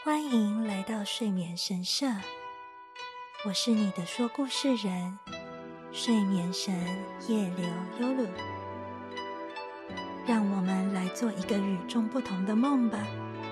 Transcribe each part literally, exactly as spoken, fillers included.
欢迎来到睡眠神社，我是你的说故事人，睡眠神夜流优鲁。让我们来做一个与众不同的梦吧。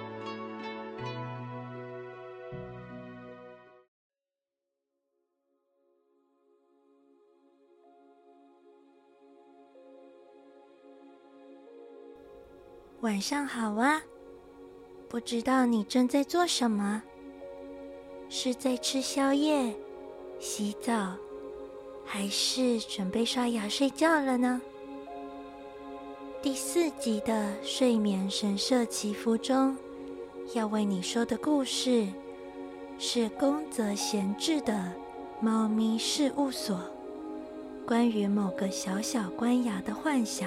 晚上好啊，不知道你正在做什么？是在吃宵夜、洗澡，还是准备刷牙睡觉了呢？第四集的睡眠神社祈福中，要为你说的故事是宫泽贤治的《猫咪事务所》，关于某个小小官衙的幻想。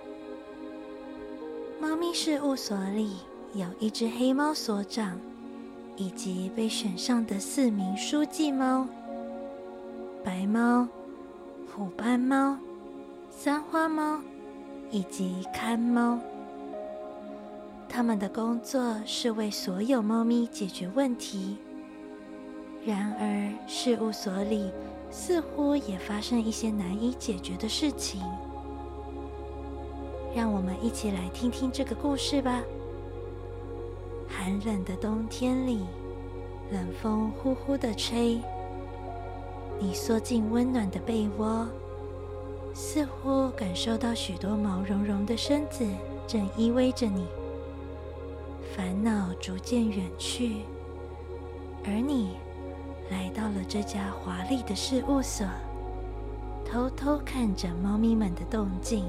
猫咪事务所里有一只黑猫所长，以及被选上的四名书记猫：白猫、虎斑猫、三花猫以及看猫。他们的工作是为所有猫咪解决问题。然而，事务所里似乎也发生一些难以解决的事情。让我们一起来听听这个故事吧。寒冷的冬天里，冷风呼呼地吹，你缩进温暖的被窝，似乎感受到许多毛茸茸的身子正依偎着你，烦恼逐渐远去，而你来到了这家华丽的事务所，偷偷看着猫咪们的动静。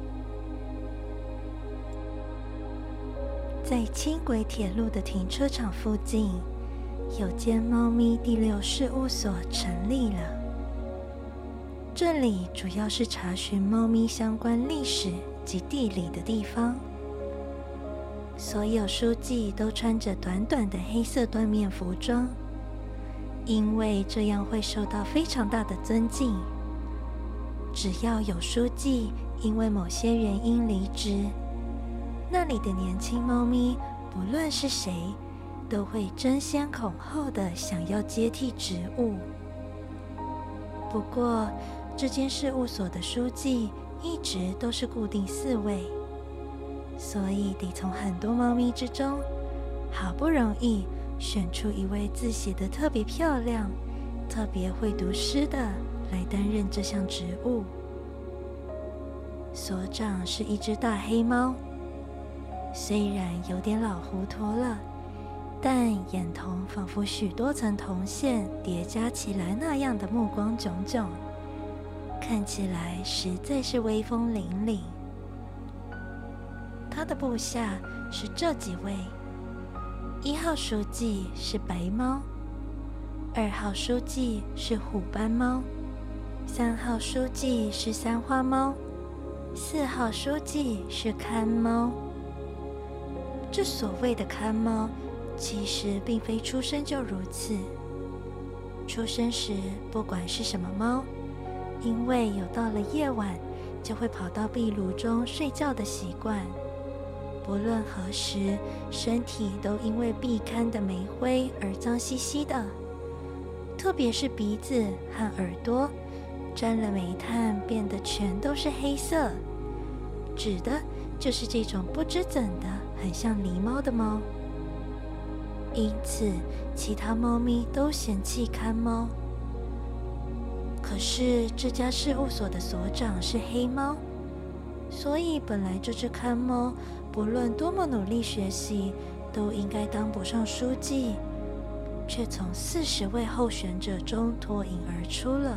在轻轨铁路的停车场附近，有间猫咪第六事务所成立了。这里主要是查询猫咪相关历史及地理的地方。所有书记都穿着短短的黑色缎面服装，因为这样会受到非常大的尊敬。只要有书记因为某些原因离职，那里的年轻猫咪，不论是谁，都会争先恐后的想要接替职务。不过，这间事务所的书记一直都是固定四位，所以得从很多猫咪之中，好不容易选出一位字写得特别漂亮、特别会读诗的来担任这项职务。所长是一只大黑猫。虽然有点老糊涂了，但眼瞳仿佛许多层铜线叠加起来那样的目光炯炯，看起来实在是威风凛凛。他的部下是这几位：一号书记是白猫，二号书记是虎斑猫，三号书记是三花猫，四号书记是看猫。这所谓的看猫，其实并非出生就如此。出生时，不管是什么猫，因为有到了夜晚就会跑到壁炉中睡觉的习惯，不论何时，身体都因为壁龛的煤灰而脏兮兮的，特别是鼻子和耳朵，沾了煤炭变得全都是黑色，指的就是这种不知怎的很像狸猫的猫。因此其他猫咪都嫌弃看猫。可是这家事务所的所长是黑猫，所以本来这只看猫不论多么努力学习，都应该当不上书记，却从四十位候选者中脱颖而出了。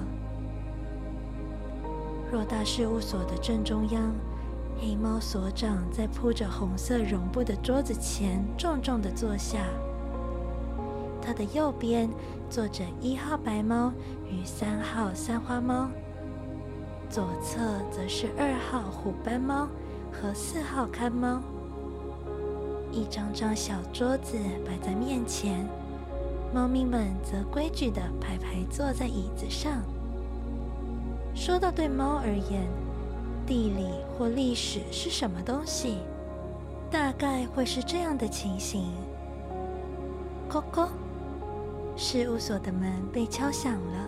偌大事务所的正中央，黑猫所长在铺着红色绒布的桌子前重重地坐下，他的右边坐着一号白猫与三号三花猫，左侧则是二号虎斑猫和四号看猫。一张张小桌子摆在面前，猫咪们则规矩地排排坐在椅子上。说到对猫而言，地理或历史是什么东西？大概会是这样的情形： 叩叩，事务所的门被敲响了。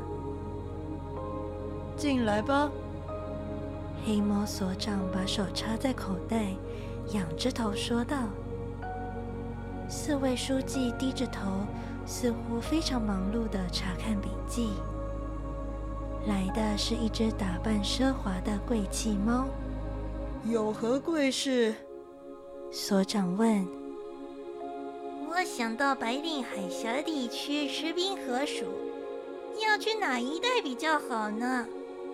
进来吧。 黑猫所长把手插在口袋，仰着头说道。四位书记低着头，似乎非常忙碌地查看笔记。来的是一只打扮奢华的贵气猫。 有何贵事？ 所长问。 我想到白令海峡地区吃冰河鼠，要去哪一带比较好呢？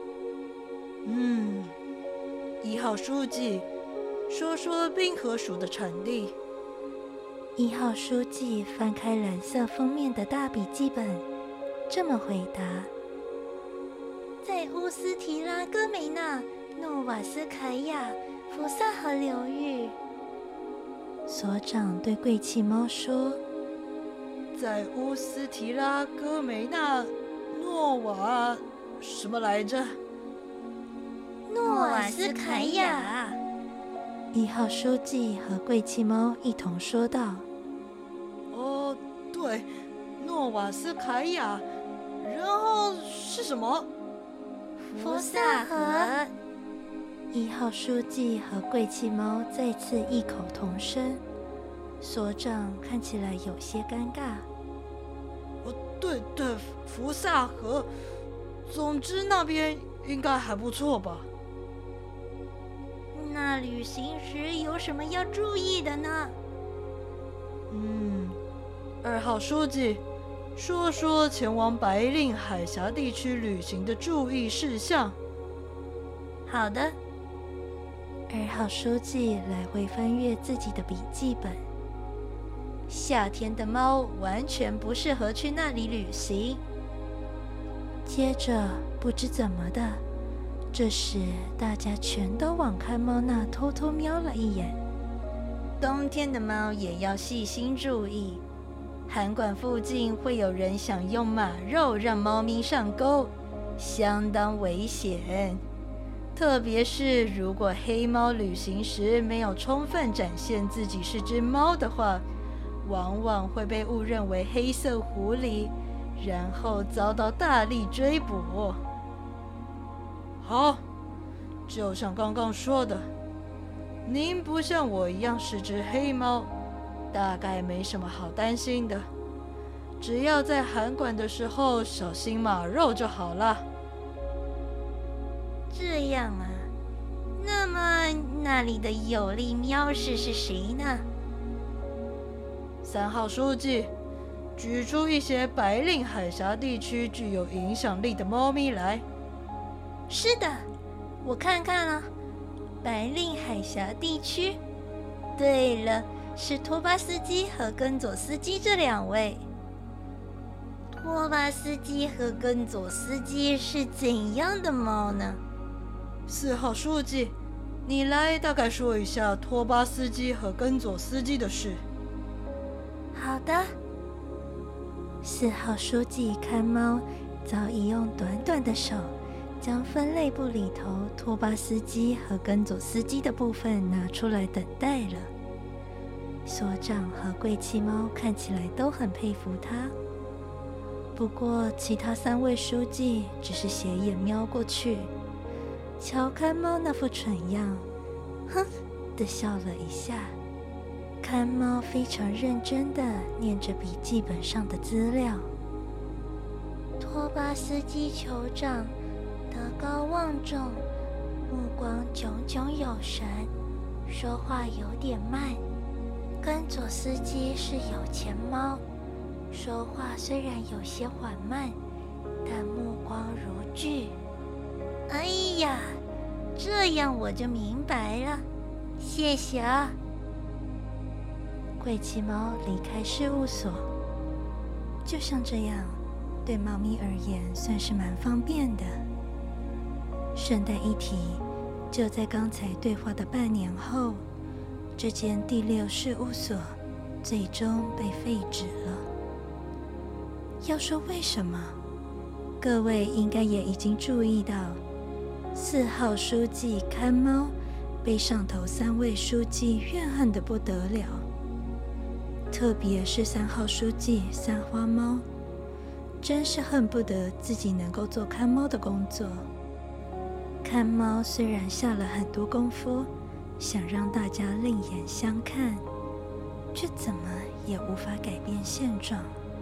嗯，一号书记，说说冰河鼠的产地。 一号书记翻开蓝色封面的大笔记本，这么回答： 在乌斯提拉戈梅纳、诺瓦斯凯亚、福萨河流域。 所长对贵气猫说： 在乌斯提拉戈梅纳、诺瓦什么来着？ 诺瓦斯凯亚。 一号书记和贵气猫一同说道： 哦，对，诺瓦斯凯亚。然后是什么？ 福萨河。 一号书记和贵气猫再次异口同声。所长看起来有些尴尬。 哦，对对，福萨河。总之那边应该还不错吧？ 那旅行时有什么要注意的呢？ 嗯，二号书记，说说前往白令海峡地区旅行的注意事项。 好的。 二号书记来回翻阅自己的笔记本。 夏天的猫完全不适合去那里旅行。 接着，不知怎么的，这时大家全都往看猫那偷偷瞄了一眼。 冬天的猫也要细心注意，函馆附近会有人想用马肉让猫咪上钩，相当危险。特别是如果黑猫旅行时没有充分展现自己是只猫的话，往往会被误认为黑色狐狸，然后遭到大力追捕。 好，就像刚刚说的，您不像我一样是只黑猫，大概没什么好担心的。只要在函馆的时候小心马肉就好了。 这样啊，那么那里的有力喵士是谁呢？ 三号书记，举出一些白令海峡地区具有影响力的猫咪来。 是的，我看看了，白令海峡地区。对了，是托巴斯基和根佐斯基这两位。托巴斯基和根佐斯基是怎样的猫呢？ 四号书记，你来大概说一下托巴斯基和根佐斯基的事。 好的。 四号书记看猫早已用短短的手将分类簿里头托巴斯基和根佐斯基的部分拿出来等待了。所长和贵气猫看起来都很佩服他，不过其他三位书记只是斜眼瞄过去，瞧看猫那副蠢样，哼的笑了一下。看猫非常认真地念着笔记本上的资料。 托巴斯基酋长德高望重，目光炯炯有神，说话有点慢。根佐斯基是有钱猫，说话虽然有些缓慢，但目光如炬。哎呀，这样我就明白了，谢谢啊。 贵气猫离开事务所，就像这样，对猫咪而言算是蛮方便的。顺带一提，就在刚才对话的半年后，这间第六事务所最终被废止了。要说为什么，各位应该也已经注意到，四号书记看猫被上头三位书记怨恨得不得了。 特别是三号书记三花猫，真是恨不得自己能够做看猫的工作。看猫虽然下了很多功夫，想让大家另眼相看，却怎么也无法改变现状。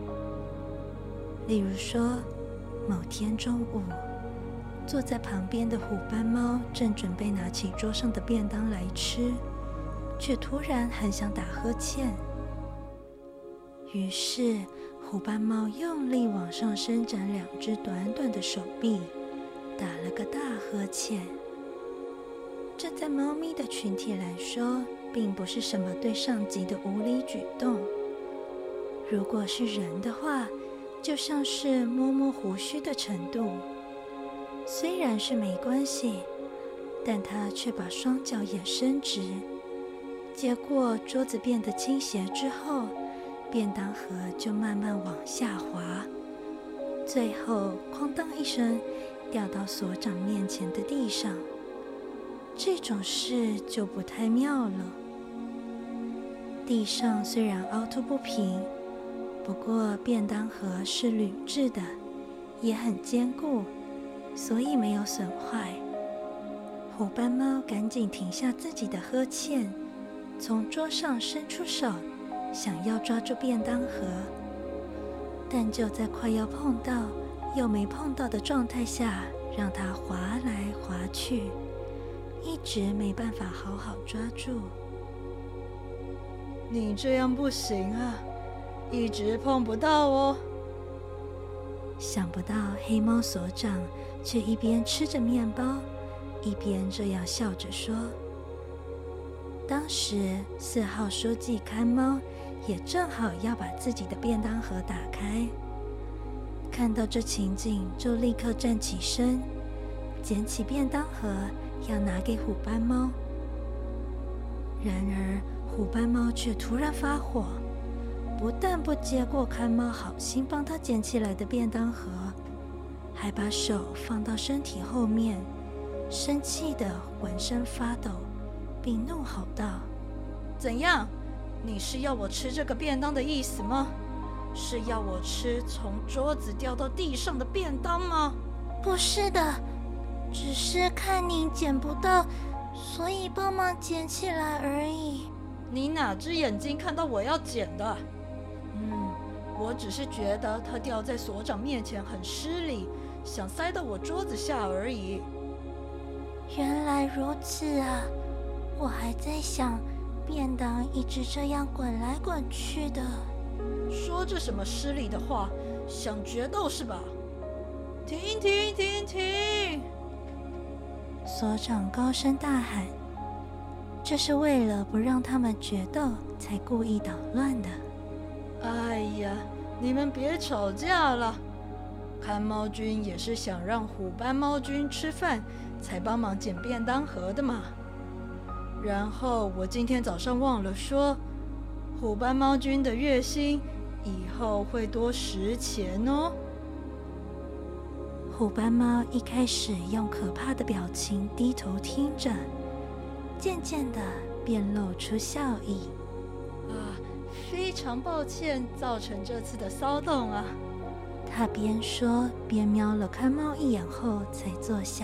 例如说，某天中午，坐在旁边的虎斑猫正准备拿起桌上的便当来吃，却突然很想打呵欠。于是虎斑猫用力往上伸展两只短短的手臂，打了个大呵欠。这在猫咪的群体来说，并不是什么对上级的无理举动。如果是人的话，就像是摸摸胡须的程度。虽然是没关系，但它却把双脚也伸直。结果桌子变得倾斜之后，便当盒就慢慢往下滑，最后哐当一声掉到所长面前的地上。这种事就不太妙了。地上虽然凹凸不平，不过便当盒是铝制的，也很坚固，所以没有损坏。虎斑猫赶紧停下自己的呵欠，从桌上伸出手，想要抓住便当盒，但就在快要碰到又没碰到的状态下，让它滑来滑去，一直没办法好好抓住。 你这样不行啊，一直碰不到哦。 想不到黑猫所长却一边吃着面包，一边这样笑着说。当时四号书记看猫也正好要把自己的便当盒打开，看到这情景，就立刻站起身，捡起便当盒要拿给虎斑猫。然而虎斑猫却突然发火，不但不接过看猫好心帮他捡起来的便当盒，还把手放到身体后面，生气得浑身发抖，并怒吼道： 怎样？你是要我吃这个便当的意思吗？是要我吃从桌子掉到地上的便当吗？ 不是的，只是看你捡不到，所以帮忙捡起来而已。 你哪只眼睛看到我要捡的？嗯，我只是觉得它掉在所长面前很失礼，想塞到我桌子下而已。 原来如此啊！我还在想，便当一直这样滚来滚去的。 说这什么失礼的话，想决斗是吧？停停停停！ 所长高声大喊，这是为了不让他们决斗才故意捣乱的。 哎呀，你们别吵架了。看猫君也是想让虎斑猫君吃饭，才帮忙捡便当盒的嘛。然后我今天早上忘了说，虎斑猫君的月薪以后会多十钱哦。 虎斑猫一开始用可怕的表情低头听着，渐渐的便露出笑意。 啊，非常抱歉造成这次的骚动啊。 他边说边瞄了看猫一眼后才坐下。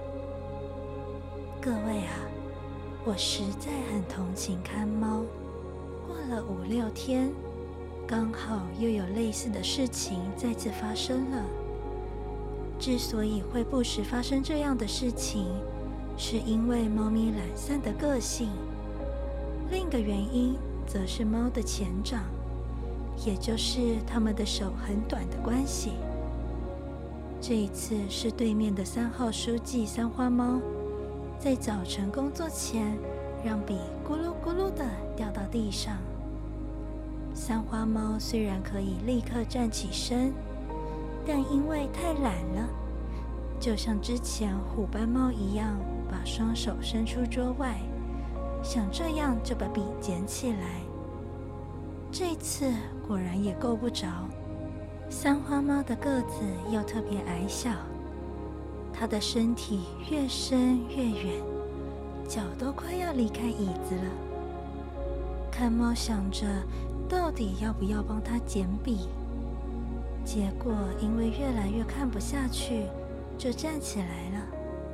各位啊，我实在很同情看猫。过了五六天，刚好又有类似的事情再次发生了。之所以会不时发生这样的事情，是因为猫咪懒散的个性。另一个原因则是猫的前掌，也就是它们的手很短的关系。这一次是对面的三号书记三花猫，在早晨工作前让笔咕噜咕噜地掉到地上。三花猫虽然可以立刻站起身，但因为太懒了，就像之前虎斑猫一样，把双手伸出桌外，想这样就把笔捡起来。这次果然也够不着。三花猫的个子又特别矮小，它的身体越伸越远，脚都快要离开椅子了。看猫想着到底要不要帮他捡笔。结果因为越来越看不下去，就站起来了。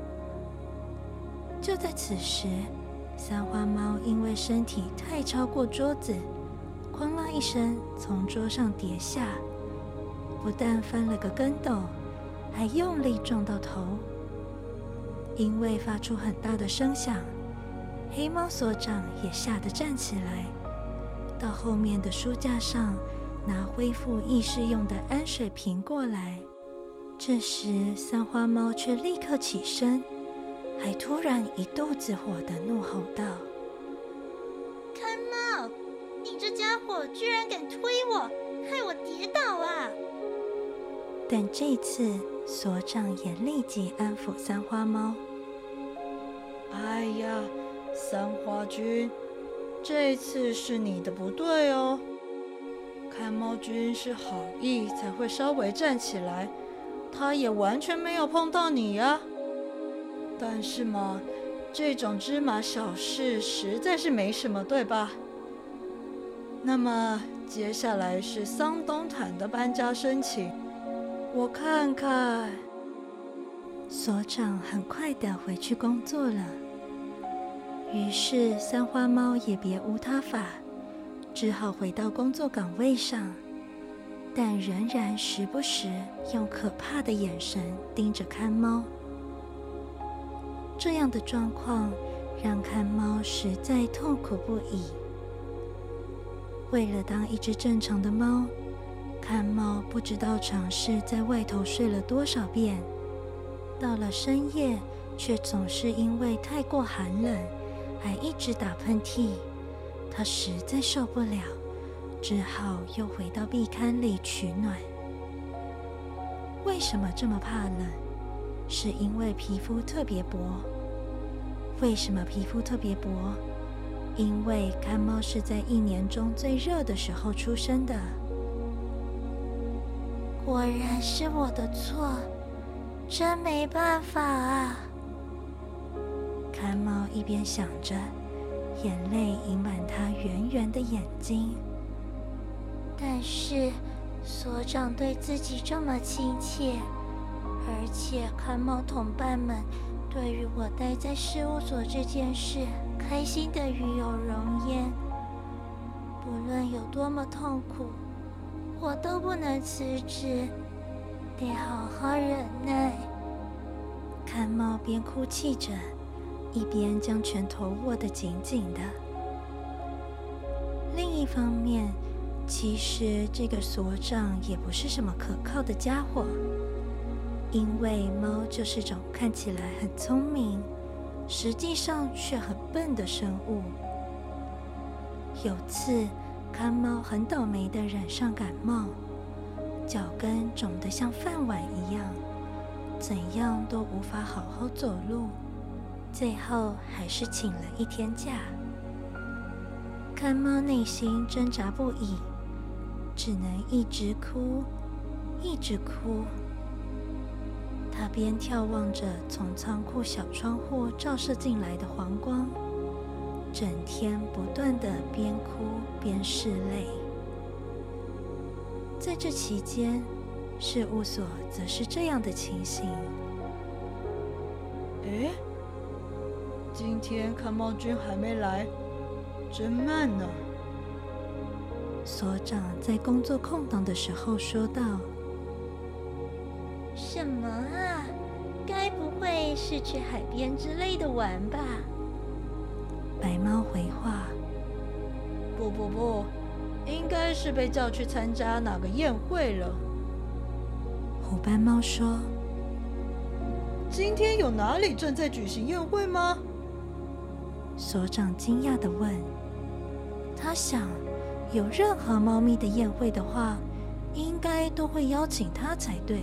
就在此时，三花猫因为身体太超过桌子，哐啷一声从桌上跌下，不但翻了个跟斗，还用力撞到头。因为发出很大的声响，黑猫所长也吓得站起来，到后面的书架上拿恢复意识用的安水瓶过来。这时三花猫却立刻起身，还突然一肚子火地怒吼道： 看猫，你这家伙居然敢推我，害我跌倒啊！ 但这次所长也立即安抚三花猫： 哎呀，三花君，这次是你的不对哦。看猫君是好意才会稍微站起来，他也完全没有碰到你呀。但是嘛，这种芝麻小事实在是没什么，对吧？那么接下来是桑东坦的搬家申请，我看看。 所长很快地回去工作了，于是三花猫也别无他法，只好回到工作岗位上，但仍然时不时用可怕的眼神盯着看猫。这样的状况让看猫实在痛苦不已。为了当一只正常的猫，看猫不知道尝试在外头睡了多少遍，到了深夜却总是因为太过寒冷还一直打喷嚏，他实在受不了，只好又回到壁龛里取暖。为什么这么怕冷？是因为皮肤特别薄。为什么皮肤特别薄？因为看猫是在一年中最热的时候出生的。 果然是我的错，真没办法啊！ 看猫一边想着，眼泪盈满他圆圆的眼睛。 但是所长对自己这么亲切，而且看猫同伴们对于我待在事务所这件事开心的与有荣焉，不论有多么痛苦，我都不能辞职，得好好忍耐。 看猫边哭泣着，一边将拳头握得紧紧的。另一方面，其实这个所长也不是什么可靠的家伙，因为猫就是种看起来很聪明，实际上却很笨的生物。有次，看猫很倒霉地染上感冒，脚跟肿得像饭碗一样，怎样都无法好好走路，最后还是请了一天假。看猫内心挣扎不已，只能一直哭，一直哭。他边眺望着从仓库小窗户照射进来的黄光，整天不断地边哭边拭泪。在这期间，事务所则是这样的情形。 诶，今天看猫君还没来，真慢呢。 所长在工作空档的时候说道： 什么啊？该不会是去海边之类的玩吧？ 白猫回话： 不不不，应该是被叫去参加哪个宴会了。 虎斑猫说： 今天有哪里正在举行宴会吗？ 所长惊讶地问。他想，有任何猫咪的宴会的话，应该都会邀请他才对。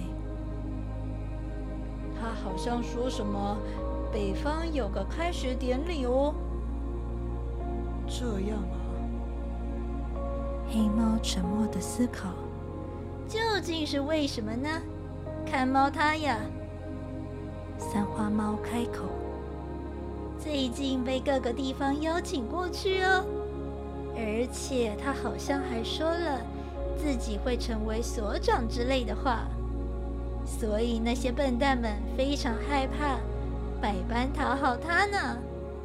他好像说什么北方有个开学典礼哦。这样啊。 黑猫沉默地思考， 究竟是为什么呢？看猫它呀， 三花猫开口： 最近被各个地方邀请过去哦。 而且他好像还说了自己会成为所长之类的话，所以那些笨蛋们非常害怕，百般讨好他呢。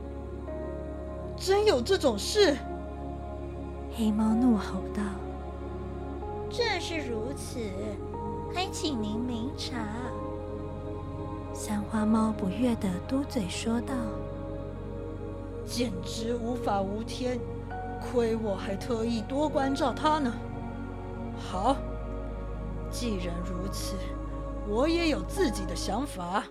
真有这种事？ 黑猫怒吼道：“ 正是如此，还请您明察。” 三花猫不悦地嘟嘴说道：“ 简直无法无天，亏我还特意多关照他呢。好，既然如此，我也有自己的想法。”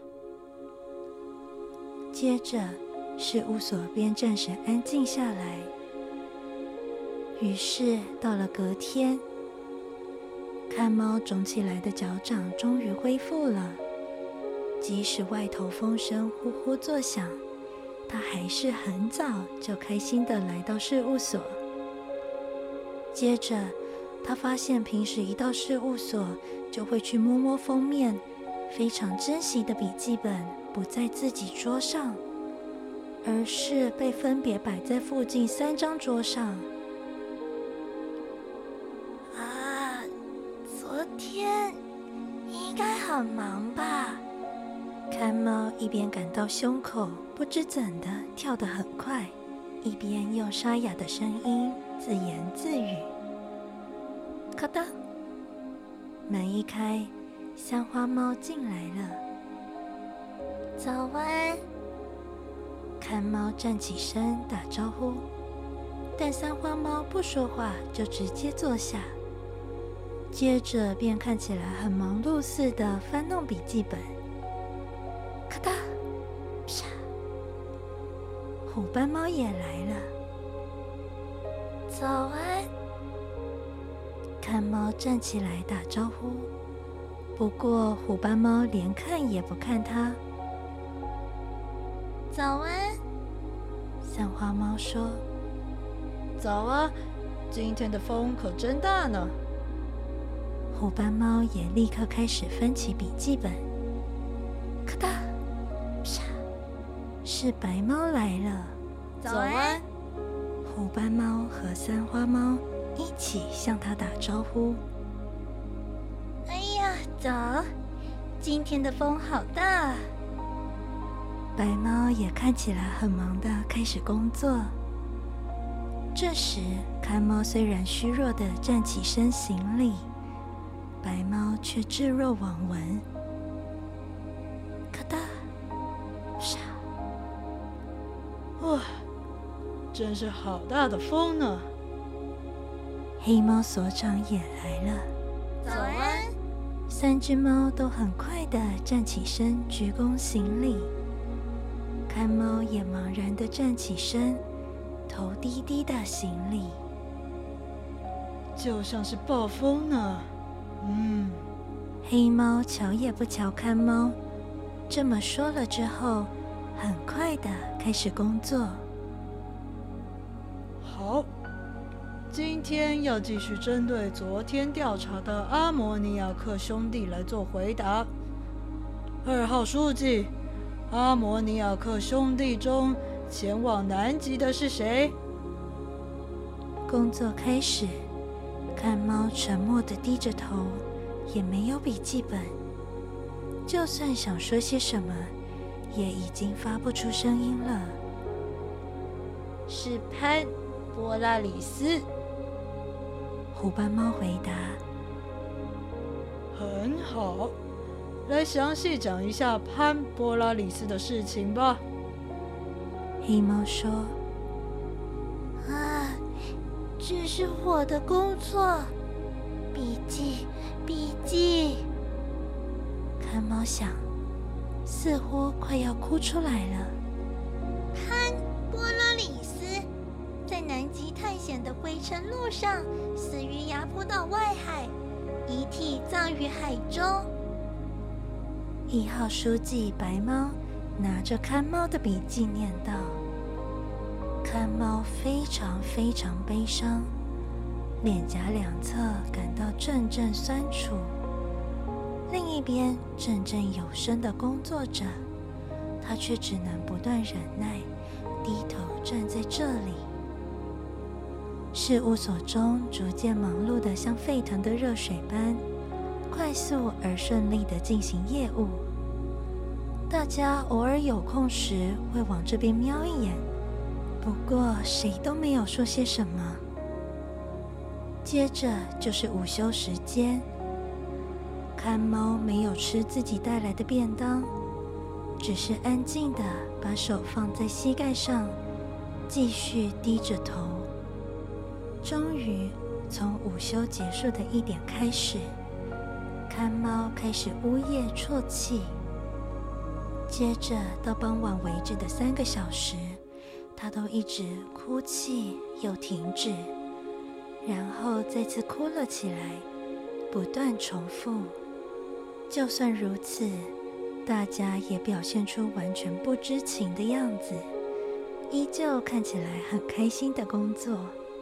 接着，事务所便暂时安静下来。于是到了隔天，看猫肿起来的脚掌终于恢复了。即使外头风声呼呼作响，他还是很早就开心地来到事务所。接着，他发现平时一到事务所就会去摸摸封面，非常珍惜的笔记本不在自己桌上，而是被分别摆在附近三张桌上。 啊，昨天应该很忙吧？ 看猫一边感到胸口不知怎的跳得很快，一边用沙哑的声音自言自语。咔嗒，门一开，三花猫进来了。 早安。 看猫站起身打招呼，但三花猫不说话，就直接坐下，接着便看起来很忙碌似的翻弄笔记本。咔嗒，啪！虎斑猫也来了。 早安。 看猫站起来打招呼，不过虎斑猫连看也不看它。 早安。 三花猫说：“ 早啊，今天的风可真大呢。” 虎斑猫也立刻开始翻起笔记本。咔嗒，啪！是白猫来了。 早安。 虎斑猫和三花猫一起向它打招呼。 哎呀，早！今天的风好大。 白猫也看起来很忙的开始工作。这时，看猫虽然虚弱的站起身行礼，白猫却置若罔闻。咔嗒，啪！ 哇，真是好大的风呢！ 黑猫所长也来了。 早安。 三只猫都很快地站起身，鞠躬行礼。看猫也茫然地站起身，头低低地行礼。 就像是暴风呢。嗯。 黑猫瞧也不瞧看猫，这么说了之后，很快地开始工作。 好，今天要继续针对昨天调查的阿摩尼亚克兄弟来做回答。二号书记，阿摩尼亚克兄弟中前往南极的是谁？ 工作开始，看猫沉默地低着头，也没有笔记本。就算想说些什么，也已经发不出声音了。 是潘波拉里斯。 虎斑猫回答。 很好，来详细讲一下潘波拉里斯的事情吧。 黑猫说：“ 啊，这是我的工作，笔记，笔记。” 看猫想，似乎快要哭出来了。 潘波拉里斯在南极探险的回程路上死于牙浦岛外海，遗体葬于海中。 一号书记白猫拿着看猫的笔记念道。看猫非常非常悲伤，脸颊两侧感到阵阵酸楚。另一边振振有声地工作着，他却只能不断忍耐，低头站在这里。 事务所中逐渐忙碌的像沸腾的热水般，快速而顺利的进行业务。大家偶尔有空时会往这边瞄一眼，不过谁都没有说些什么。接着就是午休时间，看猫没有吃自己带来的便当，只是安静地把手放在膝盖上，继续低着头。终于，从午休结束的一点开始，看猫开始呜咽啜泣。接着到傍晚为止的三个小时，它都一直哭泣又停止，然后再次哭了起来，不断重复。就算如此，大家也表现出完全不知情的样子，依旧看起来很开心的工作。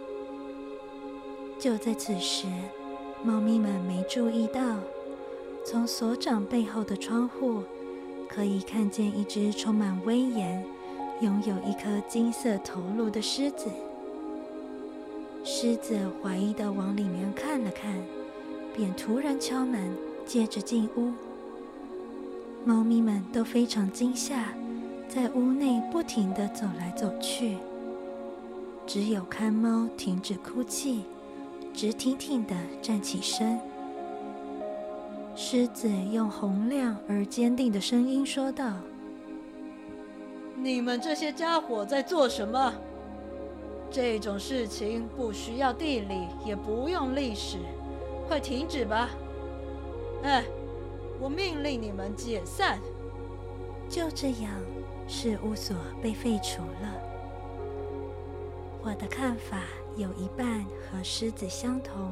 就在此时，猫咪们没注意到，从所长背后的窗户可以看见一只充满威严、拥有一颗金色头颅的狮子。狮子怀疑地往里面看了看，便突然敲门，接着进屋。猫咪们都非常惊吓，在屋内不停地走来走去。只有看猫停止哭泣，直挺挺地站起身。狮子用洪亮而坚定的声音说道：“ 你们这些家伙在做什么？这种事情不需要地理，也不用历史，快停止吧！哎，我命令你们解散。” 就这样，事务所被废除了。我的看法有一半和狮子相同。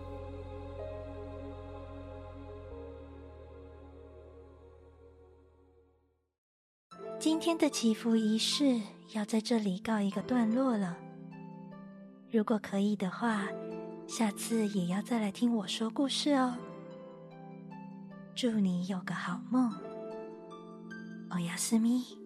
今天的祈福仪式要在这里告一个段落了。如果可以的话，下次也要再来听我说故事哦。祝你有个好梦。おやすみ。